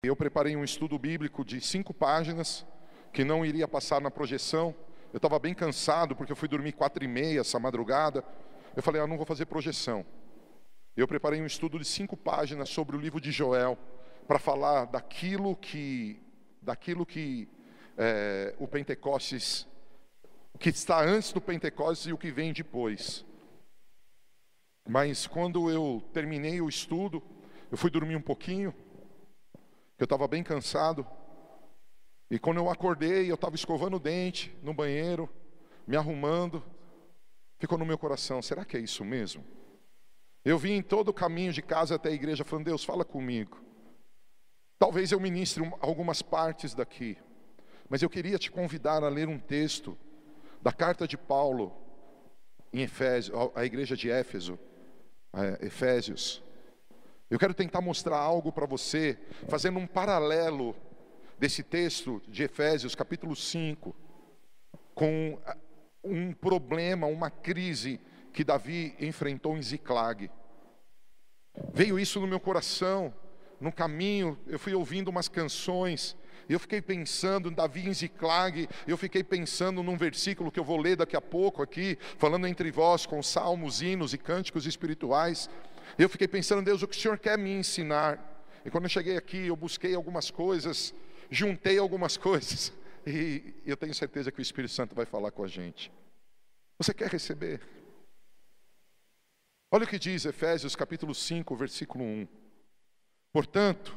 Eu preparei um estudo bíblico de 5 páginas, que não iria passar na projeção. Eu estava bem cansado, porque eu fui dormir 4h30 essa madrugada. Eu falei, não vou fazer projeção. Eu preparei um estudo de 5 páginas sobre o livro de Joel, para falar daquilo que o Pentecostes, o que está antes do Pentecostes e o que vem depois. Mas quando eu terminei o estudo, eu fui dormir um pouquinho, eu estava bem cansado. E quando eu acordei, eu estava escovando o dente no banheiro, me arrumando. Ficou no meu coração, será que é isso mesmo? Eu vim em todo o caminho de casa até a igreja falando, Deus, fala comigo. Talvez eu ministre algumas partes daqui, mas eu queria te convidar a ler um texto da carta de Paulo em Efésios, a igreja de Éfeso, Efésios. Eu quero tentar mostrar algo para você, fazendo um paralelo desse texto de Efésios, capítulo 5, com um problema, uma crise que Davi enfrentou em Ziclag. Veio isso no meu coração, no caminho, eu fui ouvindo umas canções, e eu fiquei pensando em Davi em Ziclag, eu fiquei pensando num versículo que eu vou ler daqui a pouco aqui, falando entre vós com salmos, hinos e cânticos espirituais. Eu fiquei pensando, Deus, o que o Senhor quer me ensinar? E quando eu cheguei aqui, eu busquei algumas coisas, juntei algumas coisas, e eu tenho certeza que o Espírito Santo vai falar com a gente. Você quer receber? Olha o que diz Efésios capítulo 5, versículo 1. Portanto,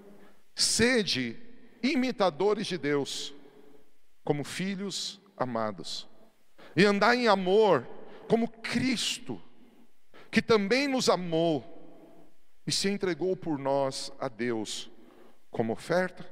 sede imitadores de Deus, como filhos amados, e andai em amor, como Cristo, que também nos amou e se entregou por nós a Deus, como oferta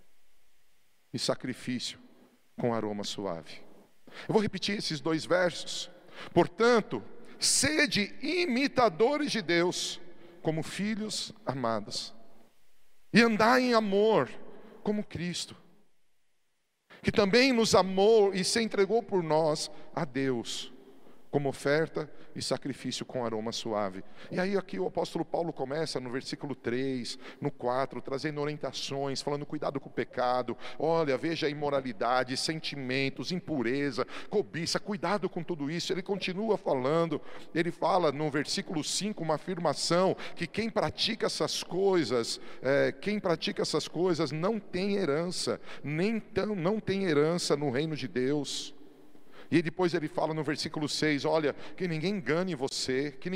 e sacrifício com aroma suave. Eu vou repetir esses 2 versos. Portanto, sede imitadores de Deus, como filhos amados, e andai em amor, como Cristo, que também nos amou e se entregou por nós a Deus, como oferta e sacrifício com aroma suave. E aí aqui o apóstolo Paulo começa no versículo 3, no 4, trazendo orientações, falando cuidado com o pecado. Olha, veja a imoralidade, sentimentos, impureza, cobiça, cuidado com tudo isso. Ele continua falando, ele fala no versículo 5 uma afirmação, que quem pratica essas coisas, não tem herança, não tem herança no reino de Deus. E depois ele fala no versículo 6, olha, que ninguém engane você, que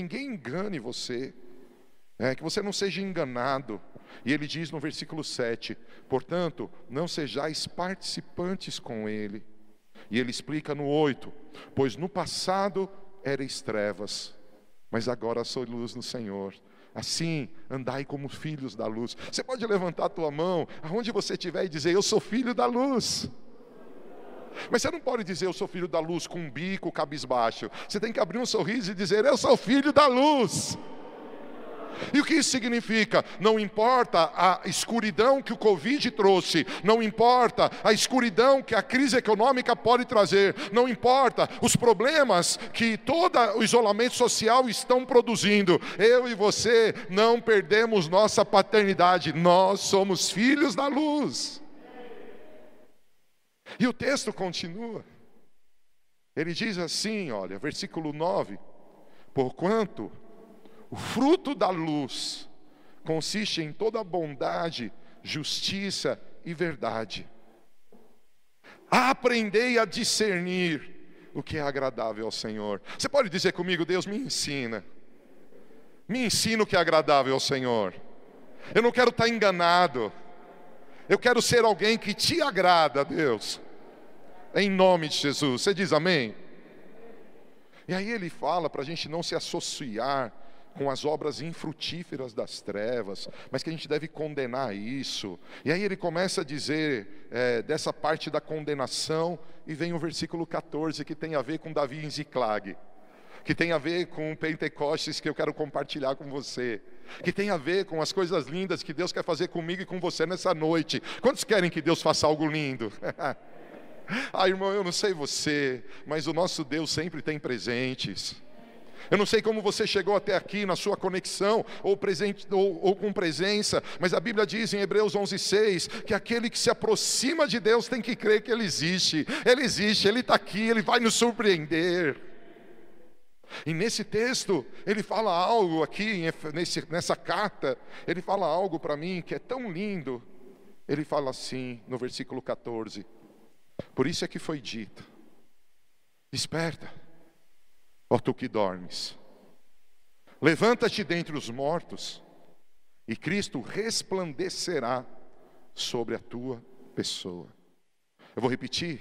você não seja enganado. E ele diz no versículo 7, portanto, não sejais participantes com ele. E ele explica no 8, pois no passado erais trevas, mas agora sou luz no Senhor. Assim, andai como filhos da luz. Você pode levantar a tua mão, aonde você estiver, e dizer, eu sou filho da luz. Mas você não pode dizer, eu sou filho da luz, com um bico cabisbaixo. Você tem que abrir um sorriso e dizer, eu sou filho da luz. E o que isso significa? Não importa a escuridão que o Covid trouxe, não importa a escuridão que a crise econômica pode trazer, não importa os problemas que todo o isolamento social estão produzindo, eu e você não perdemos nossa paternidade, nós somos filhos da luz. E o texto continua, ele diz assim, olha, versículo 9, porquanto o fruto da luz consiste em toda bondade, justiça e verdade. Aprendei a discernir o que é agradável ao Senhor. Você pode dizer comigo, Deus, me ensina o que é agradável ao Senhor. Eu não quero estar enganado, eu quero ser alguém que te agrada, Deus, em nome de Jesus. Você diz amém? E aí ele fala para a gente não se associar com as obras infrutíferas das trevas, mas que a gente deve condenar isso. E aí ele começa a dizer dessa parte da condenação, e vem o versículo 14, que tem a ver com Davi em Ziclag, que tem a ver com o Pentecostes, que eu quero compartilhar com você, que tem a ver com as coisas lindas que Deus quer fazer comigo e com você nessa noite. Quantos querem que Deus faça algo lindo? Ah, irmão, eu não sei você, mas o nosso Deus sempre tem presentes. Eu não sei como você chegou até aqui na sua conexão ou com presença, mas a Bíblia diz em Hebreus 11:6 que aquele que se aproxima de Deus tem que crer que Ele existe. Ele existe, Ele está aqui, Ele vai nos surpreender. E nesse texto, ele fala algo aqui, nessa carta, ele fala algo para mim que é tão lindo. Ele fala assim, no versículo 14: por isso é que foi dito: desperta, ó tu que dormes, levanta-te dentre os mortos, e Cristo resplandecerá sobre a tua pessoa. Eu vou repetir.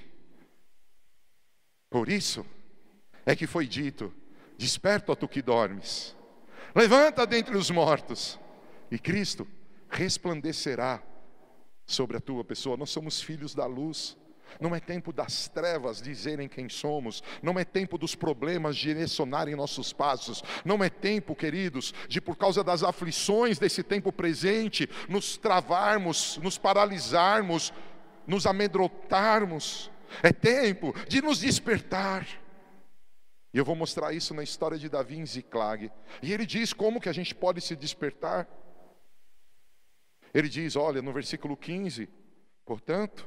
Por isso é que foi dito: desperta, ó tu que dormes, levanta dentre os mortos, e Cristo resplandecerá sobre a tua pessoa. Nós somos filhos da luz. Não é tempo das trevas dizerem quem somos. Não é tempo dos problemas direcionarem nossos passos. Não é tempo, queridos, de por causa das aflições desse tempo presente, nos travarmos, nos paralisarmos, nos amedrontarmos. É tempo de nos despertar. E eu vou mostrar isso na história de Davi em Ziclag. E ele diz como que a gente pode se despertar. Ele diz, olha, no versículo 15: Portanto,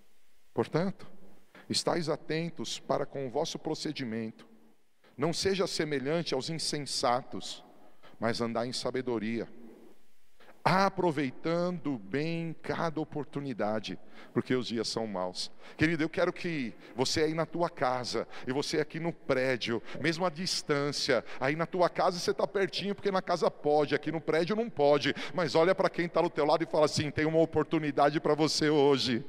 estais atentos para com o vosso procedimento. Não seja semelhante aos insensatos, mas andai em sabedoria, aproveitando bem cada oportunidade, porque os dias são maus. Querido, eu quero que você aí na tua casa, e você aqui no prédio, mesmo à distância, aí na tua casa você está pertinho, porque na casa pode, aqui no prédio não pode, mas olha para quem está do teu lado e fala assim: tem uma oportunidade para você hoje.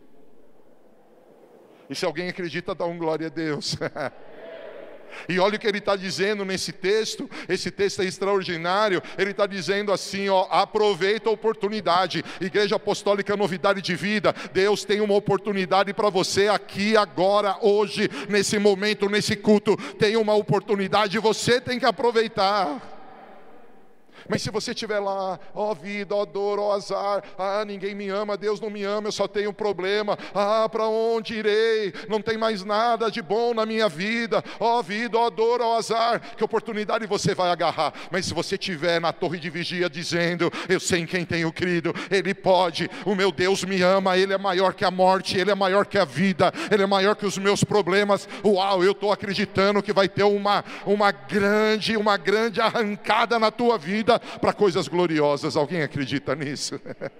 E se alguém acredita, dá glória a Deus. E olha o que ele está dizendo nesse texto. Esse texto é extraordinário. Ele está dizendo assim, ó: aproveita a oportunidade. Igreja Apostólica Novidade de Vida, Deus tem uma oportunidade para você aqui, agora, hoje, nesse momento, nesse culto. Tem uma oportunidade, você tem que aproveitar. Mas se você estiver lá, ó vida, ó dor, ó azar, ninguém me ama, Deus não me ama, eu só tenho problema, para onde irei? Não tem mais nada de bom na minha vida, ó vida, ó dor, ó azar, que oportunidade você vai agarrar? Mas se você estiver na torre de vigia dizendo: eu sei em quem tenho crido, Ele pode, o meu Deus me ama, Ele é maior que a morte, Ele é maior que a vida, Ele é maior que os meus problemas. Uau, eu estou acreditando que vai ter uma grande arrancada na tua vida para coisas gloriosas. Alguém acredita nisso?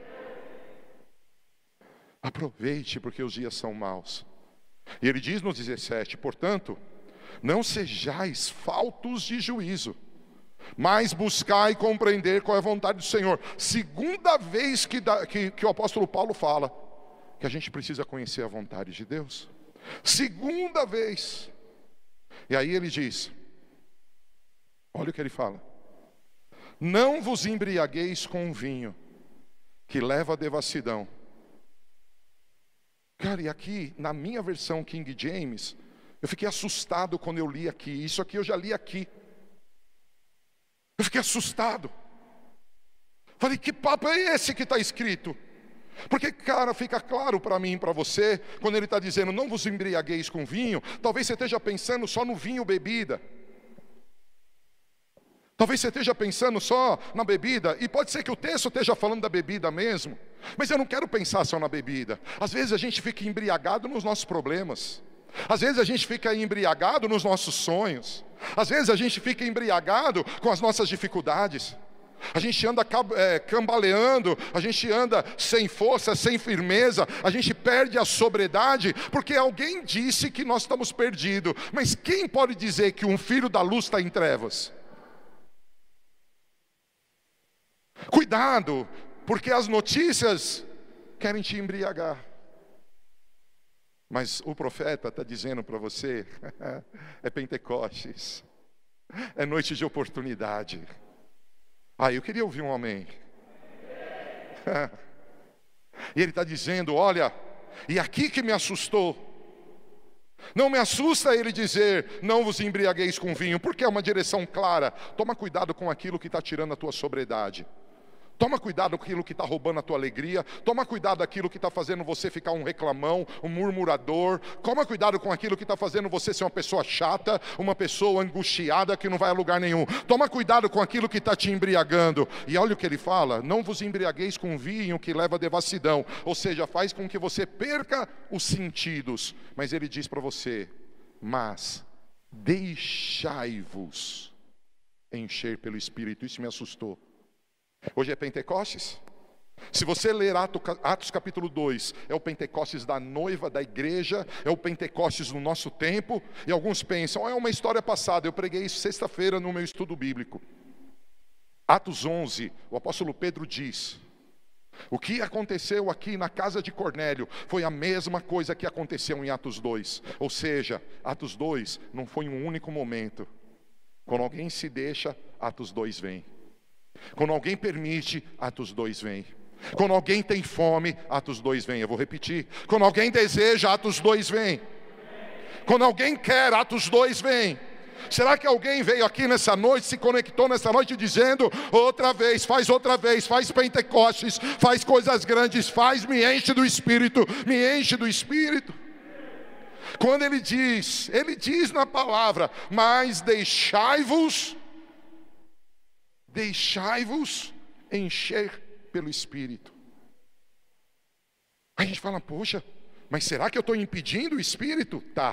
Aproveite, porque os dias são maus. E ele diz no 17: portanto, não sejais faltos de juízo, mas buscai compreender qual é a vontade do Senhor. Segunda vez que o apóstolo Paulo fala que a gente precisa conhecer a vontade de Deus. Segunda vez. E aí ele diz, olha o que ele fala: não vos embriagueis com vinho, que leva à devassidão. Cara, e aqui, na minha versão King James, eu fiquei assustado quando eu li aqui. Isso aqui eu já li aqui. Eu fiquei assustado. Falei, que papo é esse que está escrito? Porque, cara, fica claro para mim e para você, quando ele está dizendo, não vos embriagueis com vinho, talvez você esteja pensando só no vinho bebida. Talvez você esteja pensando só na bebida, e pode ser que o texto esteja falando da bebida mesmo, mas eu não quero pensar só na bebida. Às vezes a gente fica embriagado nos nossos problemas, às vezes a gente fica embriagado nos nossos sonhos, às vezes a gente fica embriagado com as nossas dificuldades. A gente anda cambaleando, a gente anda sem força, sem firmeza, a gente perde a sobriedade, porque alguém disse que nós estamos perdidos. Mas quem pode dizer que um filho da luz está em trevas? Cuidado, porque as notícias querem te embriagar. Mas o profeta está dizendo para você, é Pentecostes, é noite de oportunidade. Eu queria ouvir um amém. E ele está dizendo, olha, e aqui que me assustou. Não me assusta ele dizer, não vos embriagueis com vinho, porque é uma direção clara. Toma cuidado com aquilo que está tirando a tua sobriedade. Toma cuidado com aquilo que está roubando a tua alegria. Toma cuidado com aquilo que está fazendo você ficar um reclamão, um murmurador. Toma cuidado com aquilo que está fazendo você ser uma pessoa chata, uma pessoa angustiada que não vai a lugar nenhum. Toma cuidado com aquilo que está te embriagando. E olha o que ele fala: não vos embriagueis com vinho que leva a devassidão. Ou seja, faz com que você perca os sentidos. Mas ele diz para você: mas deixai-vos encher pelo Espírito. Isso me assustou. Hoje é Pentecostes. Se você ler Atos capítulo 2, é o Pentecostes da noiva da igreja, é o Pentecostes no nosso tempo. E alguns pensam, é uma história passada. Eu preguei isso sexta-feira no meu estudo bíblico. Atos 11, o apóstolo Pedro diz: o que aconteceu aqui na casa de Cornélio foi a mesma coisa que aconteceu em Atos 2. Ou seja, Atos 2 não foi um único momento. Quando alguém se deixa, Atos 2 vem. Quando alguém permite, Atos 2 vem. Quando alguém tem fome, Atos 2 vem. Eu vou repetir: quando alguém deseja, Atos 2 vem. Quando alguém quer, Atos 2 vem. Será que alguém veio aqui nessa noite, se conectou nessa noite dizendo: outra vez, faz Pentecostes, faz coisas grandes, me enche do Espírito, me enche do Espírito? Quando ele diz na palavra: mas deixai-vos encher pelo Espírito. Aí a gente fala: poxa, mas será que eu estou impedindo o Espírito? Tá.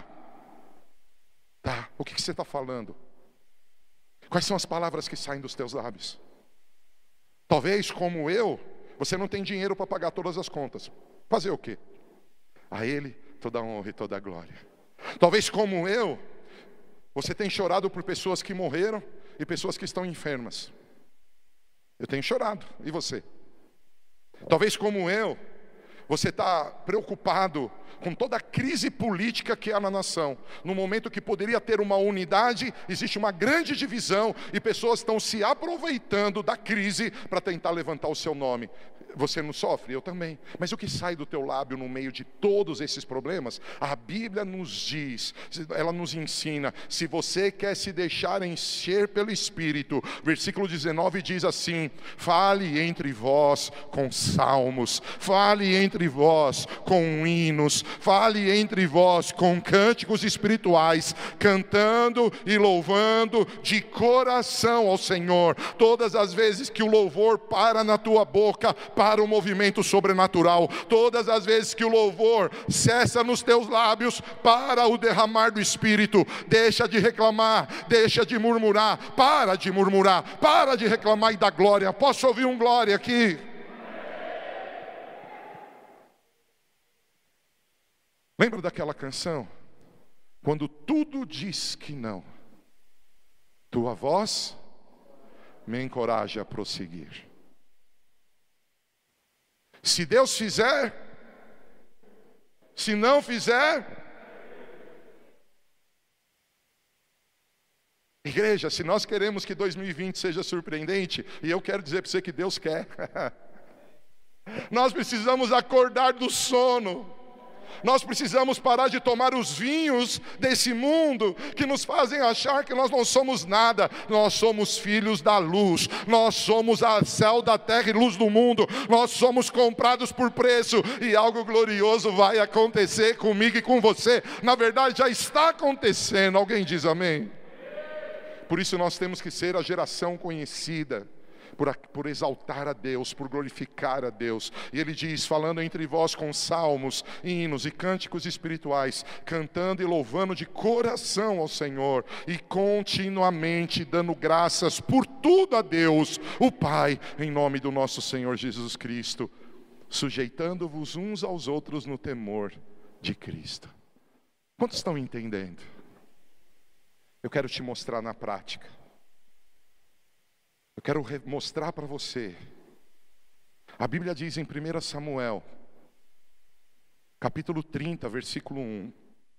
O que você está falando? Quais são as palavras que saem dos teus lábios? Talvez, como eu, você não tem dinheiro para pagar todas as contas. Fazer o quê? A Ele toda a honra e toda a glória. Talvez, como eu, você tem chorado por pessoas que morreram e pessoas que estão enfermas. Eu tenho chorado, e você? Talvez, como eu, você está preocupado com toda a crise política que há na nação. No momento que poderia ter uma unidade, existe uma grande divisão e pessoas estão se aproveitando da crise para tentar levantar o seu nome. Você não sofre? Eu também. Mas o que sai do teu lábio no meio de todos esses problemas? A Bíblia nos diz, ela nos ensina: se você quer se deixar encher pelo Espírito, versículo 19 diz assim: fale entre vós com salmos, fale entre vós com hinos, fale entre vós com cânticos espirituais, cantando e louvando de coração ao Senhor. Todas as vezes que o louvor para na tua boca, para o movimento sobrenatural. Todas as vezes que o louvor cessa nos teus lábios, para o derramar do Espírito. Deixa de reclamar, deixa de murmurar, para de reclamar e dar glória. Posso ouvir um glória aqui? Lembra daquela canção? Quando tudo diz que não, tua voz me encoraja a prosseguir. Se Deus fizer, se não fizer, igreja, se nós queremos que 2020 seja surpreendente, e eu quero dizer para você que Deus quer, nós precisamos acordar do sono. Nós precisamos parar de tomar os vinhos desse mundo que nos fazem achar que nós não somos nada. Nós somos filhos da luz, nós somos a céu da terra e luz do mundo. Nós somos comprados por preço e algo glorioso vai acontecer comigo e com você. Na verdade já está acontecendo. Alguém diz amém? Por isso nós temos que ser a geração conhecida por exaltar a Deus, por glorificar a Deus. E ele diz, falando entre vós com salmos, hinos e cânticos espirituais, cantando e louvando de coração ao Senhor, e continuamente dando graças por tudo a Deus, o Pai, em nome do nosso Senhor Jesus Cristo, sujeitando-vos uns aos outros no temor de Cristo. Quantos estão entendendo? Eu quero te mostrar na prática. Eu quero mostrar para você. A Bíblia diz em 1 Samuel, capítulo 30, versículo 1.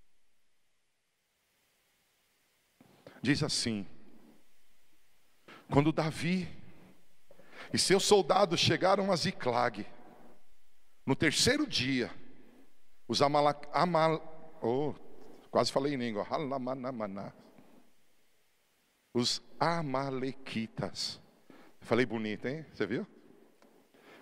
Diz assim: quando Davi e seus soldados chegaram a Ziclag, no terceiro dia, os quase falei em língua, os amalequitas. Falei bonito, hein? Você viu?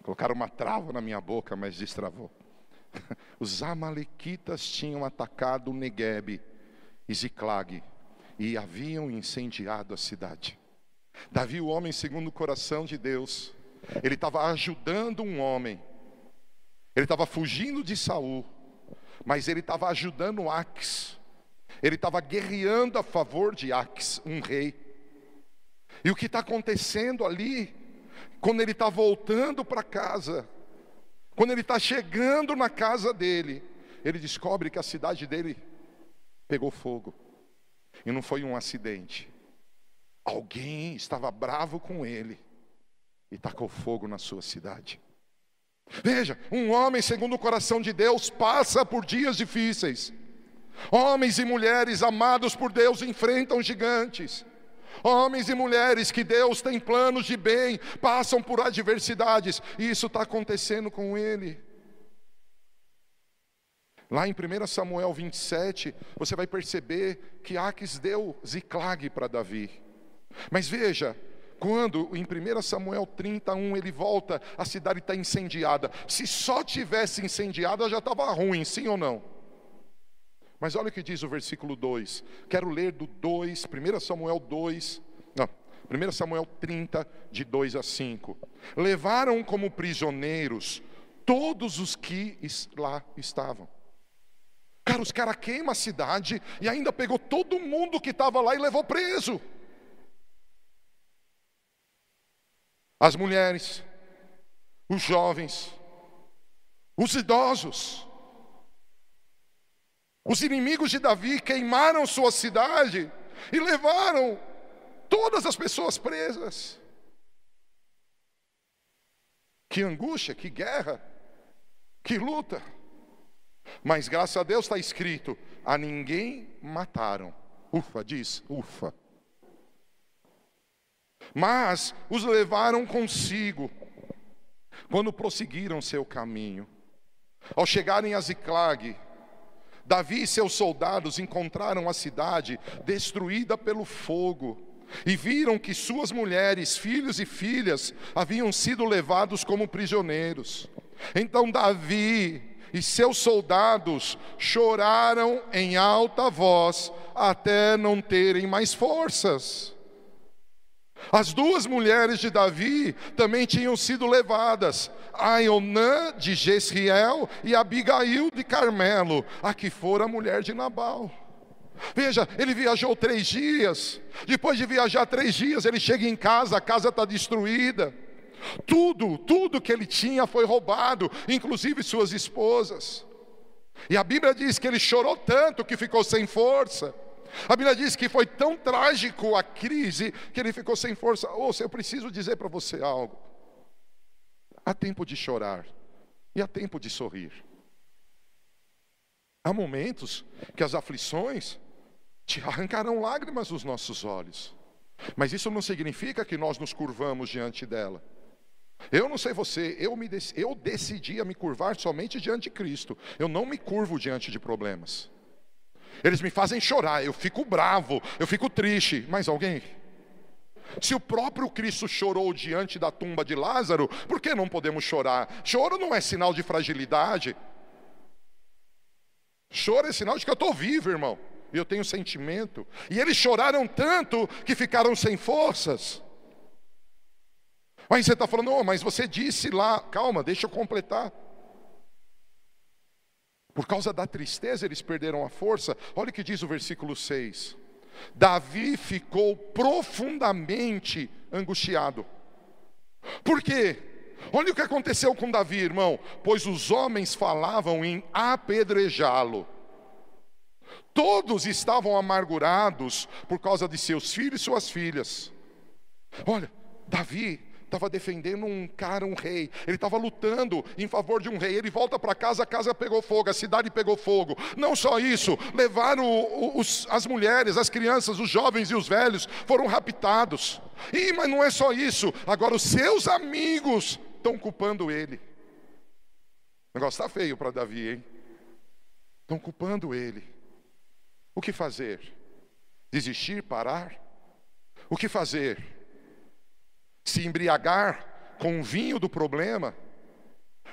Colocaram uma trava na minha boca, mas destravou. Os amalequitas tinham atacado Neguebe e Ziclag e haviam incendiado a cidade. Davi, o homem segundo o coração de Deus, ele estava ajudando um homem. Ele estava fugindo de Saul, mas ele estava ajudando Aques. Ele estava guerreando a favor de Aques, um rei. E o que está acontecendo ali, quando ele está voltando para casa, quando ele está chegando na casa dele, ele descobre que a cidade dele pegou fogo. E não foi um acidente. Alguém estava bravo com ele e tacou fogo na sua cidade. Veja, um homem segundo o coração de Deus passa por dias difíceis. Homens e mulheres amados por Deus enfrentam gigantes. Homens e mulheres que Deus tem planos de bem passam por adversidades. E isso está acontecendo com ele. Lá em 1 Samuel 27, você vai perceber que Aques deu Ziclag para Davi. Mas veja, quando em 1 Samuel 31 ele volta, a cidade está incendiada. Se só tivesse incendiada já estava ruim, sim ou não? Mas olha o que diz o versículo 2. Quero ler do 2, 1 Samuel 2, não, 1 Samuel 30, de 2 a 5. Levaram como prisioneiros todos os que lá estavam. Cara, os caras queimam a cidade e ainda pegou todo mundo que estava lá e levou preso. As mulheres, os jovens, os idosos. Os inimigos de Davi queimaram sua cidade e levaram todas as pessoas presas. Que angústia, que guerra, que luta. Mas graças a Deus está escrito: a ninguém mataram. Ufa, diz, ufa. Mas os levaram consigo quando prosseguiram seu caminho. Ao chegarem a Ziclag, Davi e seus soldados encontraram a cidade destruída pelo fogo e viram que suas mulheres, filhos e filhas haviam sido levados como prisioneiros. Então Davi e seus soldados choraram em alta voz até não terem mais forças. As duas mulheres de Davi também tinham sido levadas, Aionã de Jezreel e Abigail de Carmelo, a que fora a mulher de Nabal. Veja, ele viajou 3 dias, depois de viajar 3 dias, ele chega em casa, a casa está destruída. Tudo que ele tinha foi roubado, inclusive suas esposas. E a Bíblia diz que ele chorou tanto que ficou sem força. A Bíblia diz que foi tão trágico a crise que ele ficou sem força. Ouça, eu preciso dizer para você algo. Há tempo de chorar e há tempo de sorrir. Há momentos que as aflições te arrancarão lágrimas dos nossos olhos. Mas isso não significa que nós nos curvamos diante dela. Eu não sei você, eu decidi a me curvar somente diante de Cristo. Eu não me curvo diante de problemas. Eles me fazem chorar, eu fico bravo, eu fico triste. Mas alguém? Se o próprio Cristo chorou diante da tumba de Lázaro, por que não podemos chorar? Choro não é sinal de fragilidade. Choro é sinal de que eu estou vivo, irmão. E eu tenho sentimento. E eles choraram tanto que ficaram sem forças. Mas você está falando, mas você disse lá, calma, deixa eu completar. Por causa da tristeza eles perderam a força. Olha o que diz o versículo 6. Davi ficou profundamente angustiado. Por quê? Olha o que aconteceu com Davi, irmão. Pois os homens falavam em apedrejá-lo. Todos estavam amargurados por causa de seus filhos e suas filhas. Olha, Davi estava defendendo um rei. Ele estava lutando em favor de um rei. Ele volta para casa, a casa pegou fogo, a cidade pegou fogo. Não só isso, levaram as mulheres, as crianças, os jovens e os velhos, foram raptados. Mas não é só isso, agora os seus amigos estão culpando ele. O negócio está feio para Davi, hein? Estão culpando ele. O que fazer? Desistir, parar? O que fazer? Se embriagar com o vinho do problema?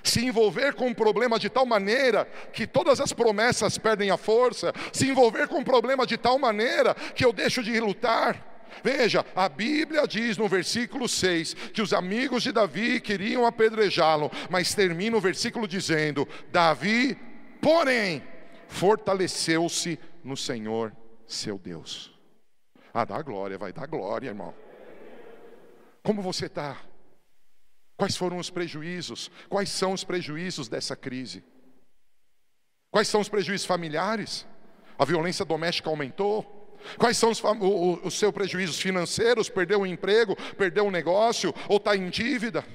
Se envolver com um problema de tal maneira que todas as promessas perdem a força. Se envolver com um problema de tal maneira que eu deixo de lutar. Veja, a Bíblia diz no versículo 6 que os amigos de Davi queriam apedrejá-lo, mas termina o versículo dizendo: Davi, porém, fortaleceu-se no Senhor, seu Deus. Dá glória, vai dar glória, irmão. Como você está? Quais foram os prejuízos? Quais são os prejuízos dessa crise? Quais são os prejuízos familiares? A violência doméstica aumentou? Quais são os seus prejuízos financeiros? Perdeu o emprego, perdeu o negócio, ou está em dívida?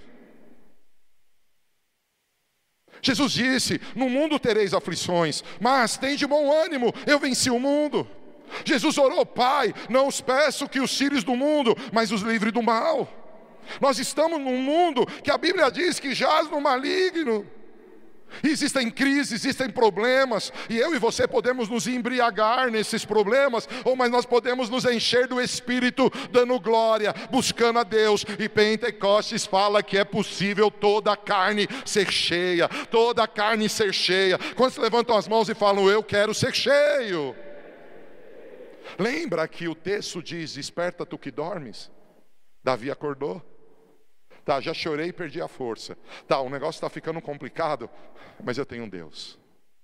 Jesus disse: no mundo tereis aflições, mas tem de bom ânimo, eu venci o mundo. Jesus orou: Pai, não os peço que os tires do mundo, mas os livre do mal. Nós estamos num mundo que a Bíblia diz que jaz no maligno. Existem crises, existem problemas, e eu e você podemos nos embriagar nesses problemas, mas nós podemos nos encher do Espírito, dando glória, buscando a Deus. E Pentecostes fala que é possível toda a carne ser cheia, toda a carne ser cheia. Quantos levantam as mãos e falam: eu quero ser cheio? Lembra que o texto diz: desperta tu que dormes? Davi acordou. Tá, já chorei e perdi a força. Tá, o negócio está ficando complicado, mas eu tenho um Deus.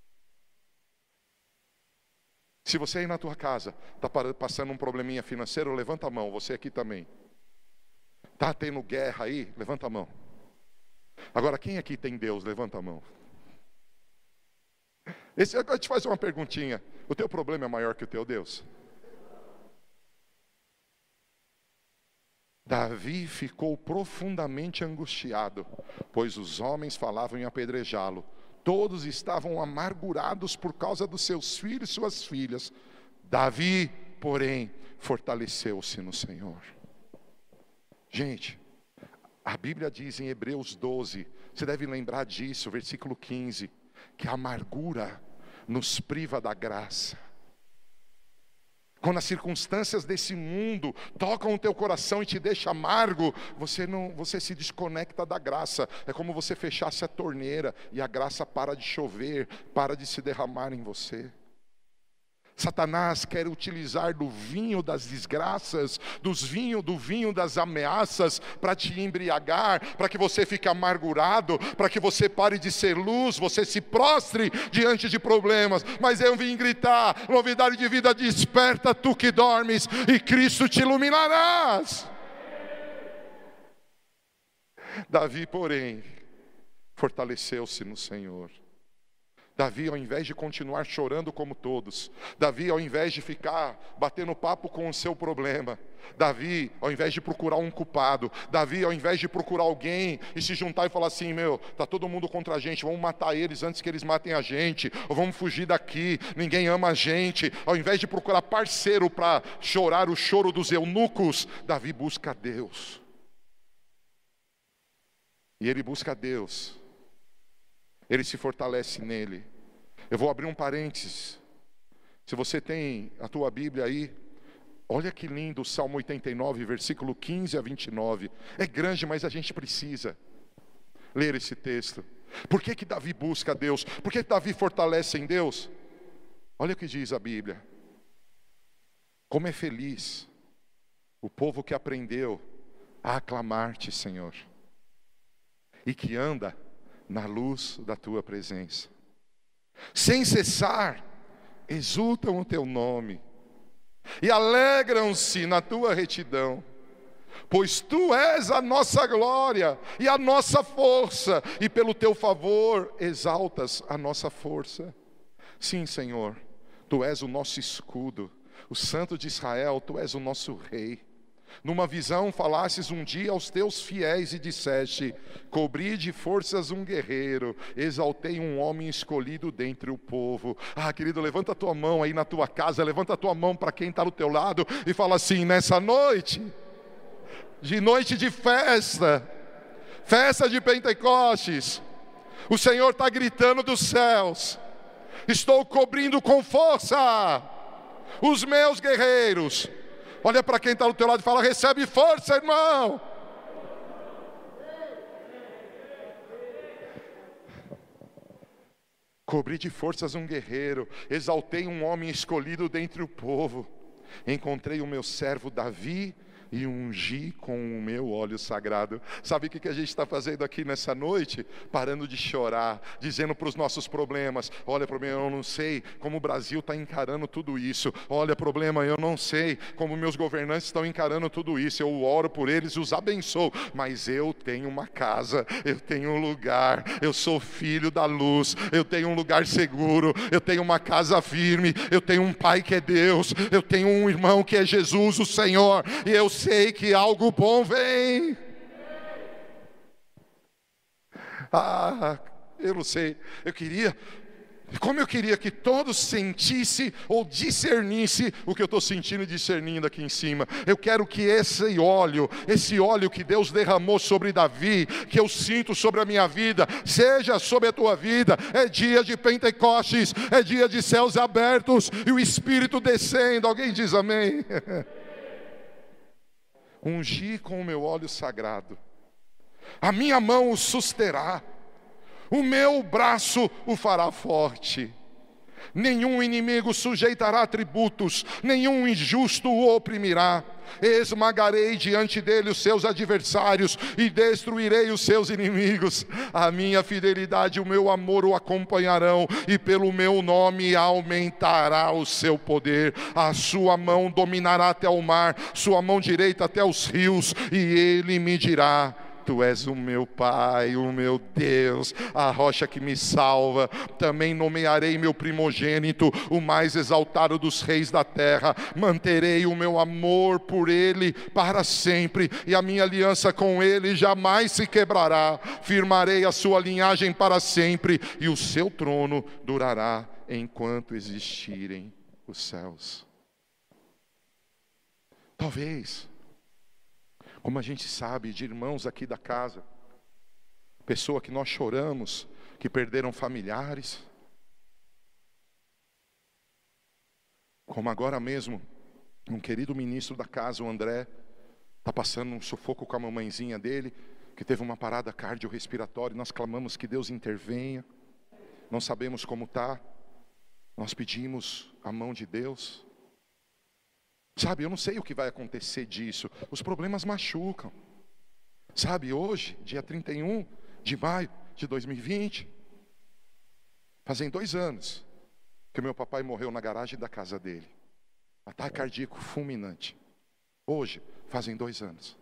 Se você aí na tua casa está passando um probleminha financeiro, levanta a mão. Você aqui também. Está tendo guerra aí? Levanta a mão. Agora, quem aqui tem Deus? Levanta a mão. Eu te faço uma perguntinha. O teu problema é maior que o teu Deus? Davi ficou profundamente angustiado, pois os homens falavam em apedrejá-lo. Todos estavam amargurados por causa dos seus filhos e suas filhas. Davi, porém, fortaleceu-se no Senhor. Gente, a Bíblia diz em Hebreus 12, você deve lembrar disso, versículo 15, que a amargura nos priva da graça. Quando as circunstâncias desse mundo tocam o teu coração e te deixam amargo, você se desconecta da graça. É como você fechasse a torneira e a graça para de chover, para de se derramar em você. Satanás quer utilizar do vinho das desgraças, do vinho das ameaças, para te embriagar, para que você fique amargurado, para que você pare de ser luz, você se prostre diante de problemas. Mas eu vim gritar: novidade de vida, desperta tu que dormes, e Cristo te iluminarás. Davi, porém, fortaleceu-se no Senhor. Davi, ao invés de continuar chorando como todos, Davi, ao invés de ficar batendo papo com o seu problema, Davi, ao invés de procurar um culpado, Davi, ao invés de procurar alguém e se juntar e falar assim: está todo mundo contra a gente, vamos matar eles antes que eles matem a gente, ou vamos fugir daqui, ninguém ama a gente. Ao invés de procurar parceiro para chorar o choro dos eunucos, Davi busca a Deus. E ele busca a Deus, ele se fortalece nele. Eu vou abrir um parênteses. Se você tem a tua Bíblia aí, olha que lindo o Salmo 89, versículo 15 a 29. É grande, mas a gente precisa ler esse texto. Por que que Davi busca a Deus? Por que Davi fortalece em Deus? Olha o que diz a Bíblia. Como é feliz o povo que aprendeu a aclamar-te, Senhor, e que anda na luz da tua presença. Sem cessar, exultam o teu nome e alegram-se na tua retidão, pois tu és a nossa glória e a nossa força, e pelo teu favor exaltas a nossa força. Sim, Senhor, tu és o nosso escudo, o Santo de Israel, tu és o nosso rei. Numa visão falasses um dia aos teus fiéis e disseste: cobri de forças um guerreiro, exaltei um homem escolhido dentre o povo. Querido, levanta a tua mão aí na tua casa, levanta a tua mão para quem está do teu lado e fala assim: nessa noite de festa, festa de Pentecostes, o Senhor está gritando dos céus: estou cobrindo com força os meus guerreiros. Olha para quem está do teu lado e fala: recebe força, irmão. Cobri de forças um guerreiro, exaltei um homem escolhido dentre o povo. Encontrei o meu servo Davi e ungi com o meu óleo sagrado. Sabe o que a gente está fazendo aqui nessa noite? Parando de chorar, dizendo para os nossos problemas: olha, problema, eu não sei como o Brasil está encarando tudo isso. Olha, problema, eu não sei como meus governantes estão encarando tudo isso. Eu oro por eles e os abençoo, mas eu tenho uma casa, eu tenho um lugar, eu sou filho da luz, eu tenho um lugar seguro, eu tenho uma casa firme, eu tenho um pai que é Deus, eu tenho um irmão que é Jesus, o Senhor, e eu sei que algo bom vem. Eu não sei, como eu queria que todos sentissem ou discernissem o que eu estou sentindo e discernindo aqui em cima. Eu quero que esse óleo que Deus derramou sobre Davi, que eu sinto sobre a minha vida, seja sobre a tua vida. É dia de Pentecostes, é dia de céus abertos e o Espírito descendo. Alguém diz amém? Ungi com o meu óleo sagrado, a minha mão o susterá, o meu braço o fará forte. Nenhum inimigo sujeitará tributos, nenhum injusto o oprimirá. Esmagarei diante dele os seus adversários e destruirei os seus inimigos. A minha fidelidade e o meu amor o acompanharão, e pelo meu nome aumentará o seu poder. A sua mão dominará até o mar, sua mão direita até os rios, e ele me dirá: tu és o meu Pai, o meu Deus, a rocha que me salva. Também nomearei meu primogênito, o mais exaltado dos reis da terra. Manterei o meu amor por ele para sempre, e a minha aliança com ele jamais se quebrará. Firmarei a sua linhagem para sempre, e o seu trono durará enquanto existirem os céus. Talvez, como a gente sabe de irmãos aqui da casa, pessoa que nós choramos, que perderam familiares, como agora mesmo, um querido ministro da casa, o André, está passando um sufoco com a mamãezinha dele, que teve uma parada cardiorrespiratória. Nós clamamos que Deus intervenha, não sabemos como está, nós pedimos a mão de Deus. Sabe, eu não sei o que vai acontecer disso. Os problemas machucam. Sabe, hoje, dia 31 de maio de 2020, fazem 2 anos que meu papai morreu na garagem da casa dele. Ataque cardíaco fulminante. Hoje, fazem 2 anos.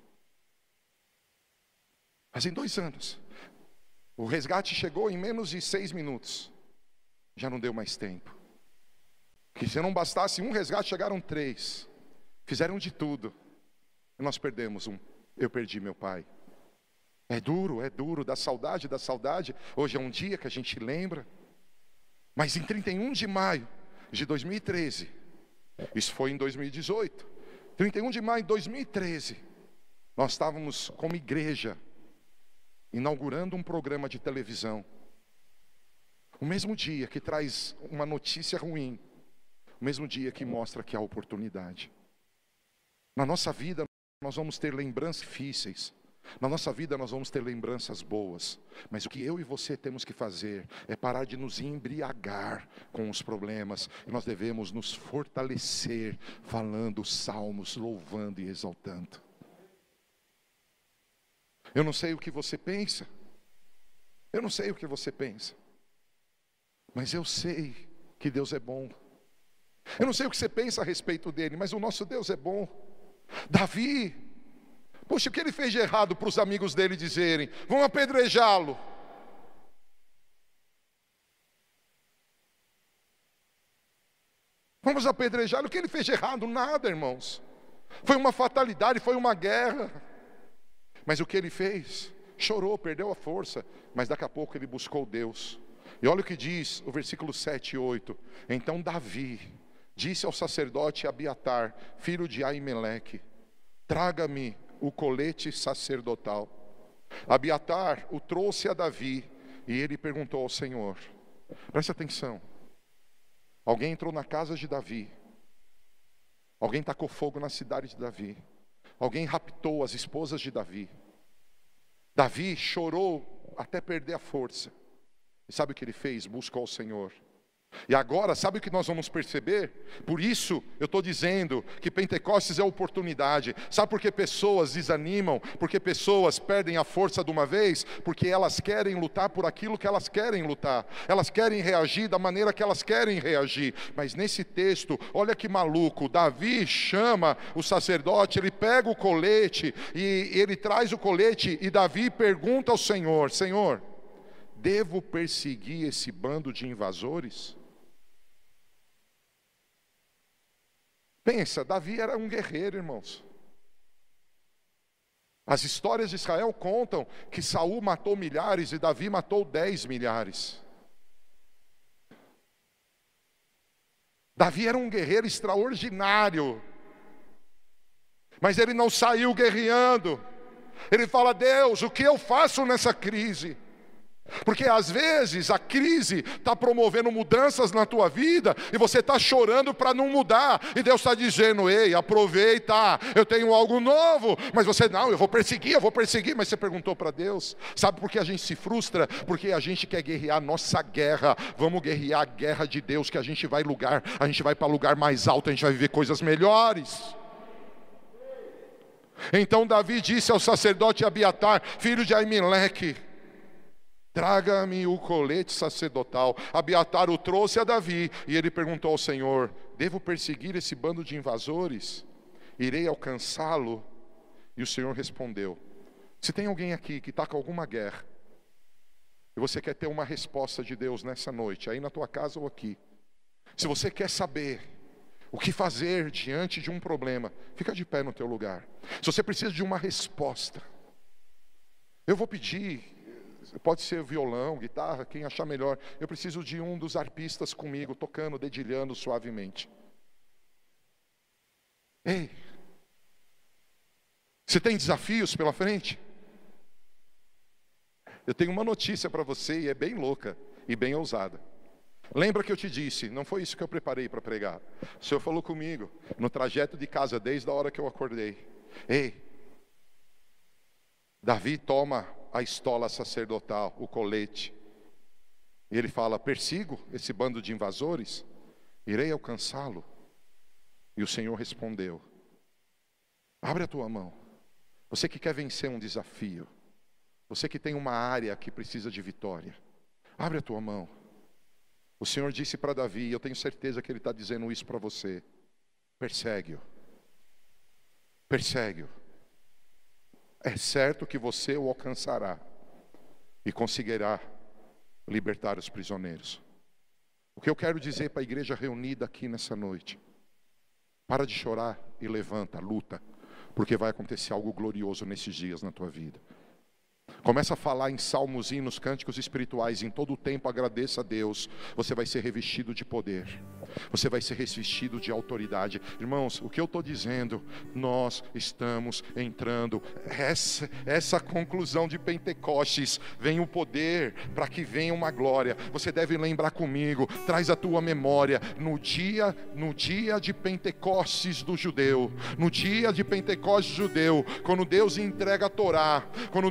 Fazem 2 anos. O resgate chegou em menos de 6 minutos. Já não deu mais tempo. Que se não bastasse um resgate, chegaram 3. Fizeram de tudo, e nós perdemos um. Eu perdi meu pai. É duro, dá saudade. Hoje é um dia que a gente lembra. Mas em 31 de maio de 2013, isso foi em 2018, 31 de maio de 2013, nós estávamos como igreja, inaugurando um programa de televisão. O mesmo dia que traz uma notícia ruim, o mesmo dia que mostra que há oportunidade. Na nossa vida nós vamos ter lembranças difíceis, na nossa vida nós vamos ter lembranças boas, mas o que eu e você temos que fazer é parar de nos embriagar com os problemas, e nós devemos nos fortalecer falando salmos, louvando e exaltando. Eu não sei o que você pensa, mas eu sei que Deus é bom. Eu não sei o que você pensa a respeito dele, mas o nosso Deus é bom. Davi, poxa, o que ele fez de errado para os amigos dele dizerem: vão apedrejá-lo? Vamos apedrejá-lo? O que ele fez de errado? Nada, irmãos. Foi uma fatalidade, foi uma guerra. Mas o que ele fez? Chorou, perdeu a força, mas daqui a pouco ele buscou Deus. E olha o que diz o versículo 7 e 8. Então Davi disse ao sacerdote Abiatar, filho de Aimeleque: traga-me o colete sacerdotal. Abiatar o trouxe a Davi, e ele perguntou ao Senhor. Preste atenção. Alguém entrou na casa de Davi. Alguém tacou fogo na cidade de Davi. Alguém raptou as esposas de Davi. Davi chorou até perder a força. E sabe o que ele fez? Buscou o Senhor. E agora, sabe o que nós vamos perceber? Por isso eu estou dizendo que Pentecostes é oportunidade. Sabe por que pessoas desanimam? Porque pessoas perdem a força de uma vez? Porque elas querem lutar por aquilo que elas querem lutar. Elas querem reagir da maneira que elas querem reagir. Mas nesse texto, olha que maluco, Davi chama o sacerdote, ele pega o colete e ele traz o colete e Davi pergunta ao Senhor: Senhor, devo perseguir esse bando de invasores? Pensa, Davi era um guerreiro, irmãos. As histórias de Israel contam que Saul matou milhares e Davi matou 10 milhares. Davi era um guerreiro extraordinário. Mas ele não saiu guerreando. Ele fala: Deus, o que eu faço nessa crise? Porque às vezes a crise está promovendo mudanças na tua vida e você está chorando para não mudar, e Deus está dizendo: ei, aproveita, eu tenho algo novo. Mas você: não, eu vou perseguir. Mas você perguntou para Deus? Sabe por que a gente se frustra? Porque a gente quer guerrear a nossa guerra. Vamos guerrear a guerra de Deus, que a gente vai para lugar mais alto, a gente vai viver coisas melhores. Então Davi disse ao sacerdote Abiatar, filho de Aimeleque: traga-me o colete sacerdotal. Abiatar o trouxe a Davi, e ele perguntou ao Senhor: devo perseguir esse bando de invasores? Irei alcançá-lo? E o Senhor respondeu: se tem alguém aqui que está com alguma guerra, e você quer ter uma resposta de Deus nessa noite, aí na tua casa ou aqui, se você quer saber o que fazer diante de um problema, fica de pé no teu lugar. Se você precisa de uma resposta, eu vou pedir. Pode ser violão, guitarra, quem achar melhor. Eu preciso de um dos arpistas comigo, tocando, dedilhando suavemente. Ei, você tem desafios pela frente? Eu tenho uma notícia para você, e é bem louca e bem ousada. Lembra que eu te disse, não foi isso que eu preparei para pregar. O Senhor falou comigo no trajeto de casa, desde a hora que eu acordei. Ei, Davi toma a estola sacerdotal, o colete, e ele fala: persigo esse bando de invasores? Irei alcançá-lo? E o Senhor respondeu: abre a tua mão. Você que quer vencer um desafio, você que tem uma área que precisa de vitória, abre a tua mão. O Senhor disse para Davi, e eu tenho certeza que Ele está dizendo isso para você: persegue-o. Persegue-o. É certo que você o alcançará e conseguirá libertar os prisioneiros. O que eu quero dizer para a igreja reunida aqui nessa noite: para de chorar e levanta, luta, porque vai acontecer algo glorioso nesses dias na tua vida. Começa a falar em salmos, hinos, cânticos espirituais. Em todo o tempo agradeça a Deus. Você vai ser revestido de poder. Você vai ser revestido de autoridade. Irmãos, o que eu estou dizendo, nós estamos entrando. Essa conclusão de Pentecostes, vem o poder para que venha uma glória. Você deve lembrar comigo, traz a tua memória, no dia de Pentecostes do judeu, no dia de Pentecostes judeu, quando Deus entrega a Torá,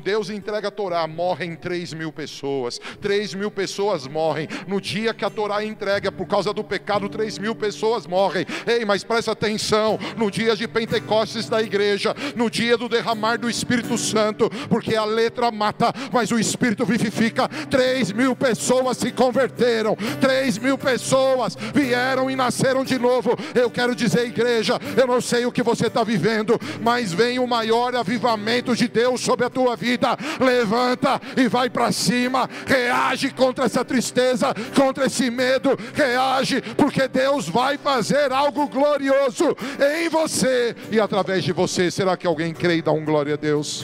morrem 3.000 pessoas. 3.000 pessoas morrem. No dia que a Torá entrega, por causa do pecado, 3.000 pessoas morrem. Ei, mas presta atenção, no dia de Pentecostes da igreja, no dia do derramar do Espírito Santo, porque a letra mata, mas o Espírito vivifica. 3.000 pessoas se converteram. 3.000 pessoas vieram e nasceram de novo. Eu quero dizer, igreja, eu não sei o que você está vivendo, mas vem o maior avivamento de Deus sobre a tua vida. Levanta e vai para cima. Reage contra essa tristeza, contra esse medo. Reage, porque Deus vai fazer algo glorioso em você e através de você. Será que alguém crê e dá um glória a Deus?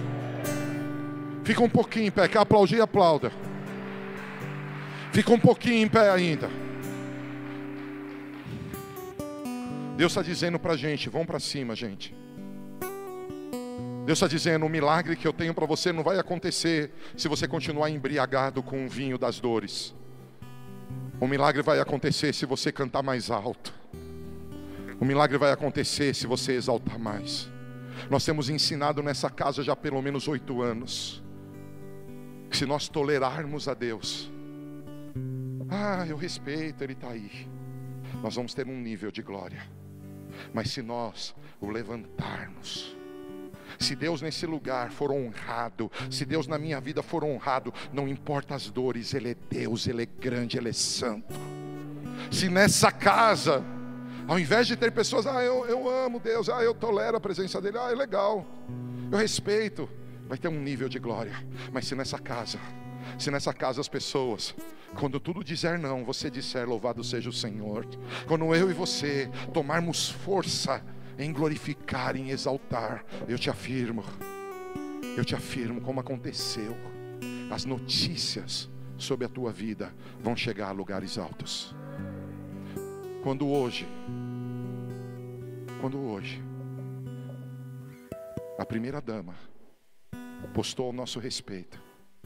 Fica um pouquinho em pé. Quer aplaudir? Aplauda. Fica um pouquinho em pé ainda. Deus está dizendo para a gente: vamos para cima, gente. Deus está dizendo: o milagre que eu tenho para você não vai acontecer se você continuar embriagado com o vinho das dores. O milagre vai acontecer se você cantar mais alto. O milagre vai acontecer se você exaltar mais. Nós temos ensinado nessa casa já há pelo menos 8 anos que se nós tolerarmos a Deus, Eu respeito, ele está aí. Nós vamos ter um nível de glória. Mas se nós o levantarmos, se Deus nesse lugar for honrado, se Deus na minha vida for honrado, não importa as dores, Ele é Deus, Ele é grande, Ele é santo. Se nessa casa, ao invés de ter pessoas, eu amo Deus, eu tolero a presença dEle, é legal, eu respeito, vai ter um nível de glória. Mas se nessa casa as pessoas, quando tudo dizer não, você disser louvado seja o Senhor. Quando eu e você tomarmos força em glorificar, em exaltar, eu te afirmo como aconteceu, as notícias sobre a tua vida vão chegar a lugares altos. Quando hoje a primeira dama postou ao nosso respeito,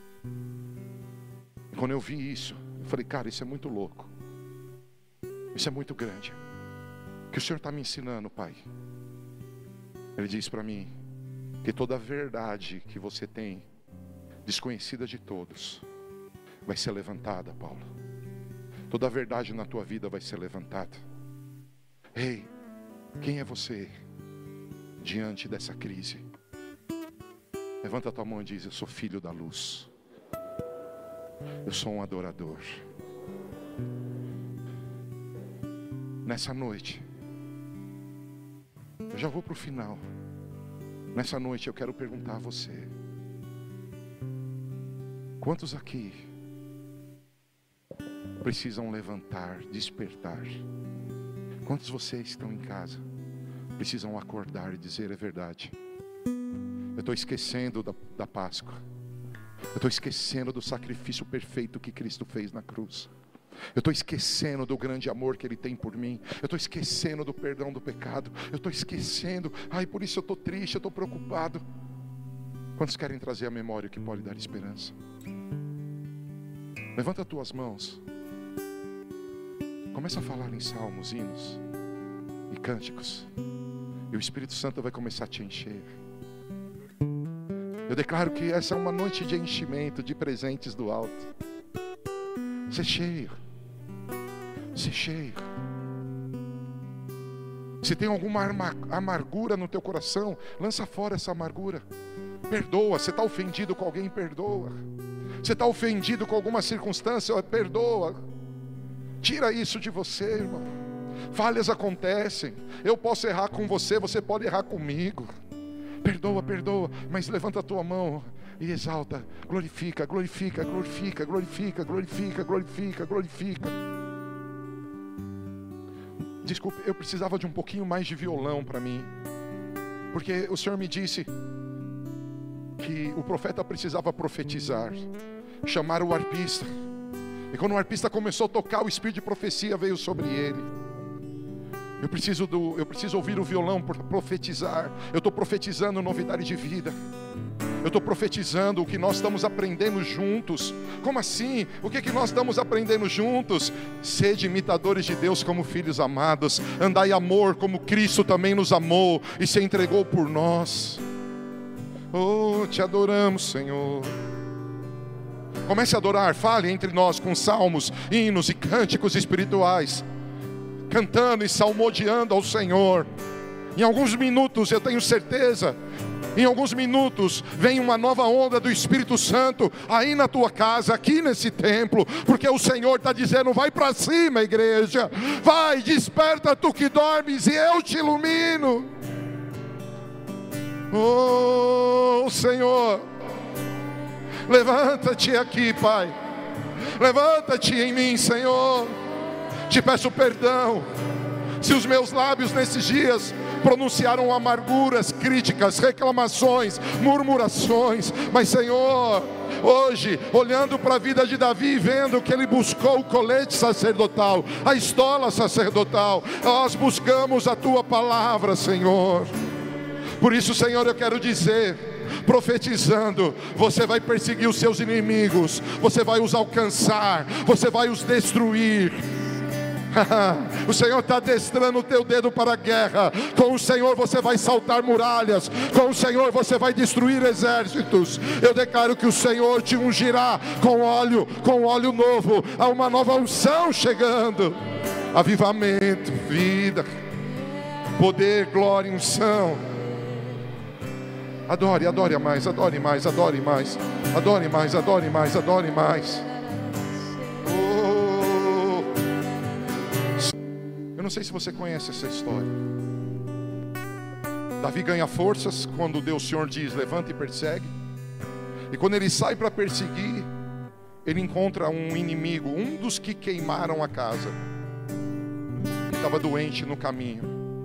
e quando eu vi isso, eu falei, cara, isso é muito louco, isso é muito grande. O que o Senhor está me ensinando, Pai? Ele diz para mim que toda a verdade que você tem, desconhecida de todos, vai ser levantada, Paulo. Toda a verdade na tua vida vai ser levantada. Ei, quem é você diante dessa crise? Levanta a tua mão e diz, eu sou filho da luz. Eu sou um adorador. Nessa noite, eu já vou para o final. Nessa noite eu quero perguntar a você: quantos aqui precisam levantar, despertar? Quantos vocês estão em casa precisam acordar e dizer, é verdade, eu estou esquecendo da Páscoa, eu estou esquecendo do sacrifício perfeito que Cristo fez na cruz, eu estou esquecendo do grande amor que Ele tem por mim, eu estou esquecendo do perdão do pecado, eu estou esquecendo, por isso eu estou triste, eu estou preocupado. Quantos querem trazer à memória o que pode dar esperança? Levanta as tuas mãos, começa a falar em salmos, hinos e cânticos, e o Espírito Santo vai começar a te encher. Eu declaro que essa é uma noite de enchimento, de presentes do alto. Ser cheio, ser cheio. Se tem alguma amargura no teu coração, lança fora essa amargura. Perdoa. Você está ofendido com alguém, perdoa. Você está ofendido com alguma circunstância, perdoa. Tira isso de você, irmão. Falhas acontecem. Eu posso errar com você, você pode errar comigo. Perdoa, perdoa, mas levanta a tua mão e exalta, glorifica, glorifica, glorifica, glorifica, glorifica, glorifica, glorifica. Desculpe, eu precisava de um pouquinho mais de violão para mim, porque o Senhor me disse que o profeta precisava profetizar, chamar o arpista, e quando o arpista começou a tocar, o espírito de profecia veio sobre ele. Eu preciso ouvir o violão para profetizar. Eu estou profetizando novidade de vida. Eu estou profetizando o que nós estamos aprendendo juntos. Como assim? O que nós estamos aprendendo juntos? Sede imitadores de Deus como filhos amados. Andai em amor como Cristo também nos amou e se entregou por nós. Oh, te adoramos, Senhor. Comece a adorar. Fale entre nós com salmos, hinos e cânticos espirituais, cantando e salmodiando ao Senhor. Em alguns minutos, eu tenho certeza, em alguns minutos vem uma nova onda do Espírito Santo aí na tua casa, aqui nesse templo, porque o Senhor está dizendo, vai para cima, igreja, vai, desperta tu que dormes e eu te ilumino. Oh Senhor, levanta-te aqui, Pai, levanta-te em mim, Senhor. Te peço perdão se os meus lábios nesses dias pronunciaram amarguras, críticas, reclamações, murmurações. Mas Senhor, hoje, olhando para a vida de Davi, vendo que ele buscou o colete sacerdotal, a estola sacerdotal, nós buscamos a Tua palavra, Senhor. Por isso, Senhor, eu quero dizer, profetizando, você vai perseguir os seus inimigos, você vai os alcançar, você vai os destruir. O Senhor está adestrando o teu dedo para a guerra. Com o Senhor você vai saltar muralhas. Com o Senhor você vai destruir exércitos. Eu declaro que o Senhor te ungirá com óleo novo. Há uma nova unção chegando. Avivamento, vida, poder, glória, unção. Adore, adore mais, adore mais, adore mais. Adore mais, adore mais, adore mais. Eu não sei se você conhece essa história. Davi ganha forças quando Deus, o Senhor diz: levanta e persegue. E quando ele sai para perseguir, ele encontra um inimigo, um dos que queimaram a casa. Ele estava doente no caminho.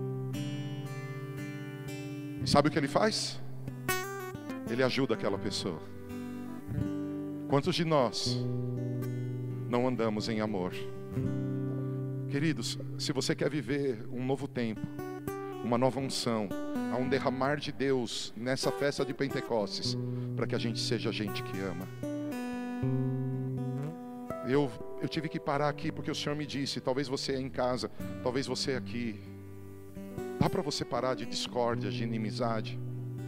E sabe o que ele faz? Ele ajuda aquela pessoa. Quantos de nós não andamos em amor? Queridos, se você quer viver um novo tempo, uma nova unção, há um derramar de Deus nessa festa de Pentecostes, para que a gente seja gente que ama. Eu tive que parar aqui porque o Senhor me disse, talvez você é em casa, talvez você é aqui. Dá para você parar de discórdia, de inimizade?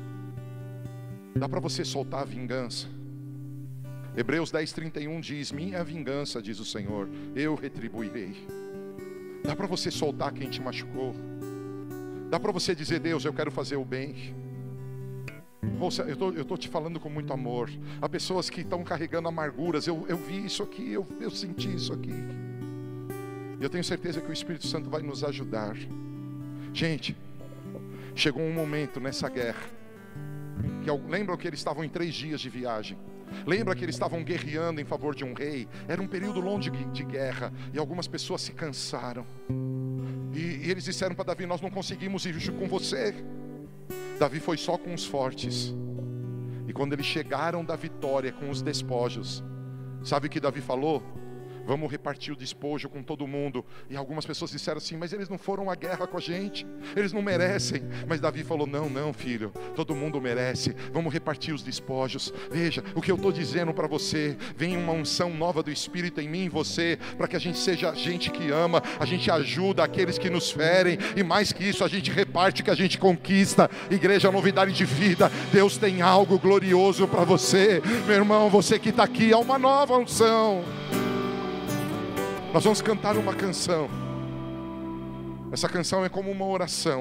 Dá para você soltar a vingança? Hebreus 10:31 diz: minha vingança, diz o Senhor, eu retribuirei. Dá para você soltar quem te machucou? Dá para você dizer: Deus, eu quero fazer o bem. Ouça, eu estou te falando com muito amor. Há pessoas que estão carregando amarguras. Eu vi isso aqui, eu senti isso aqui. E eu tenho certeza que o Espírito Santo vai nos ajudar. Gente, chegou um momento nessa guerra que lembram que eles estavam em 3 dias de viagem. Lembra que eles estavam guerreando em favor de um rei. Era um período longo de guerra. E algumas pessoas se cansaram. E eles disseram para Davi: nós não conseguimos ir com você. Davi foi só com os fortes. E quando eles chegaram da vitória com os despojos, sabe o que Davi falou? Vamos repartir o despojo com todo mundo. E algumas pessoas disseram assim: mas eles não foram à guerra com a gente, eles não merecem. Mas Davi falou: não filho, todo mundo merece. Vamos repartir os despojos. Veja, o que eu estou dizendo para você: vem uma unção nova do Espírito em mim e em você, para que a gente seja gente que ama. A gente ajuda aqueles que nos ferem. E mais que isso, a gente reparte o que a gente conquista. Igreja Novidade de Vida, Deus tem algo glorioso para você. Meu irmão, você que está aqui, há uma nova unção. Nós vamos cantar uma canção. Essa canção é como uma oração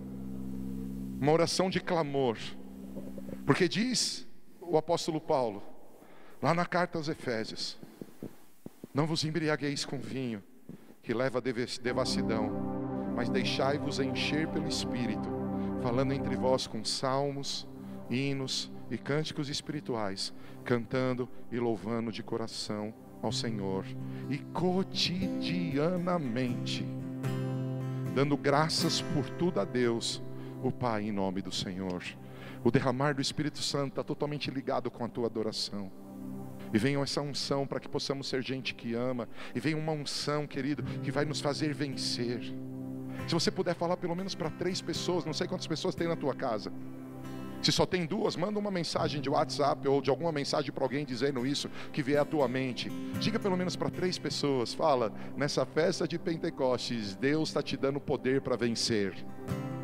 de clamor. Porque diz o apóstolo Paulo, lá na carta aos Efésios: não vos embriagueis com vinho, que leva a devassidão, mas deixai-vos encher pelo Espírito, falando entre vós com salmos, hinos e cânticos espirituais, cantando e louvando de coração ao Senhor, e cotidianamente dando graças por tudo a Deus o Pai, em nome do Senhor. O derramar do Espírito Santo está totalmente ligado com a tua adoração. E venha essa unção para que possamos ser gente que ama. E venha uma unção, querido, que vai nos fazer vencer. Se você puder falar pelo menos para 3 pessoas, não sei quantas pessoas tem na tua casa. Se só tem 2, manda uma mensagem de WhatsApp ou de alguma mensagem para alguém dizendo isso que vier à tua mente. Diga pelo menos para 3 pessoas. Fala: nessa festa de Pentecostes, Deus está te dando poder para vencer.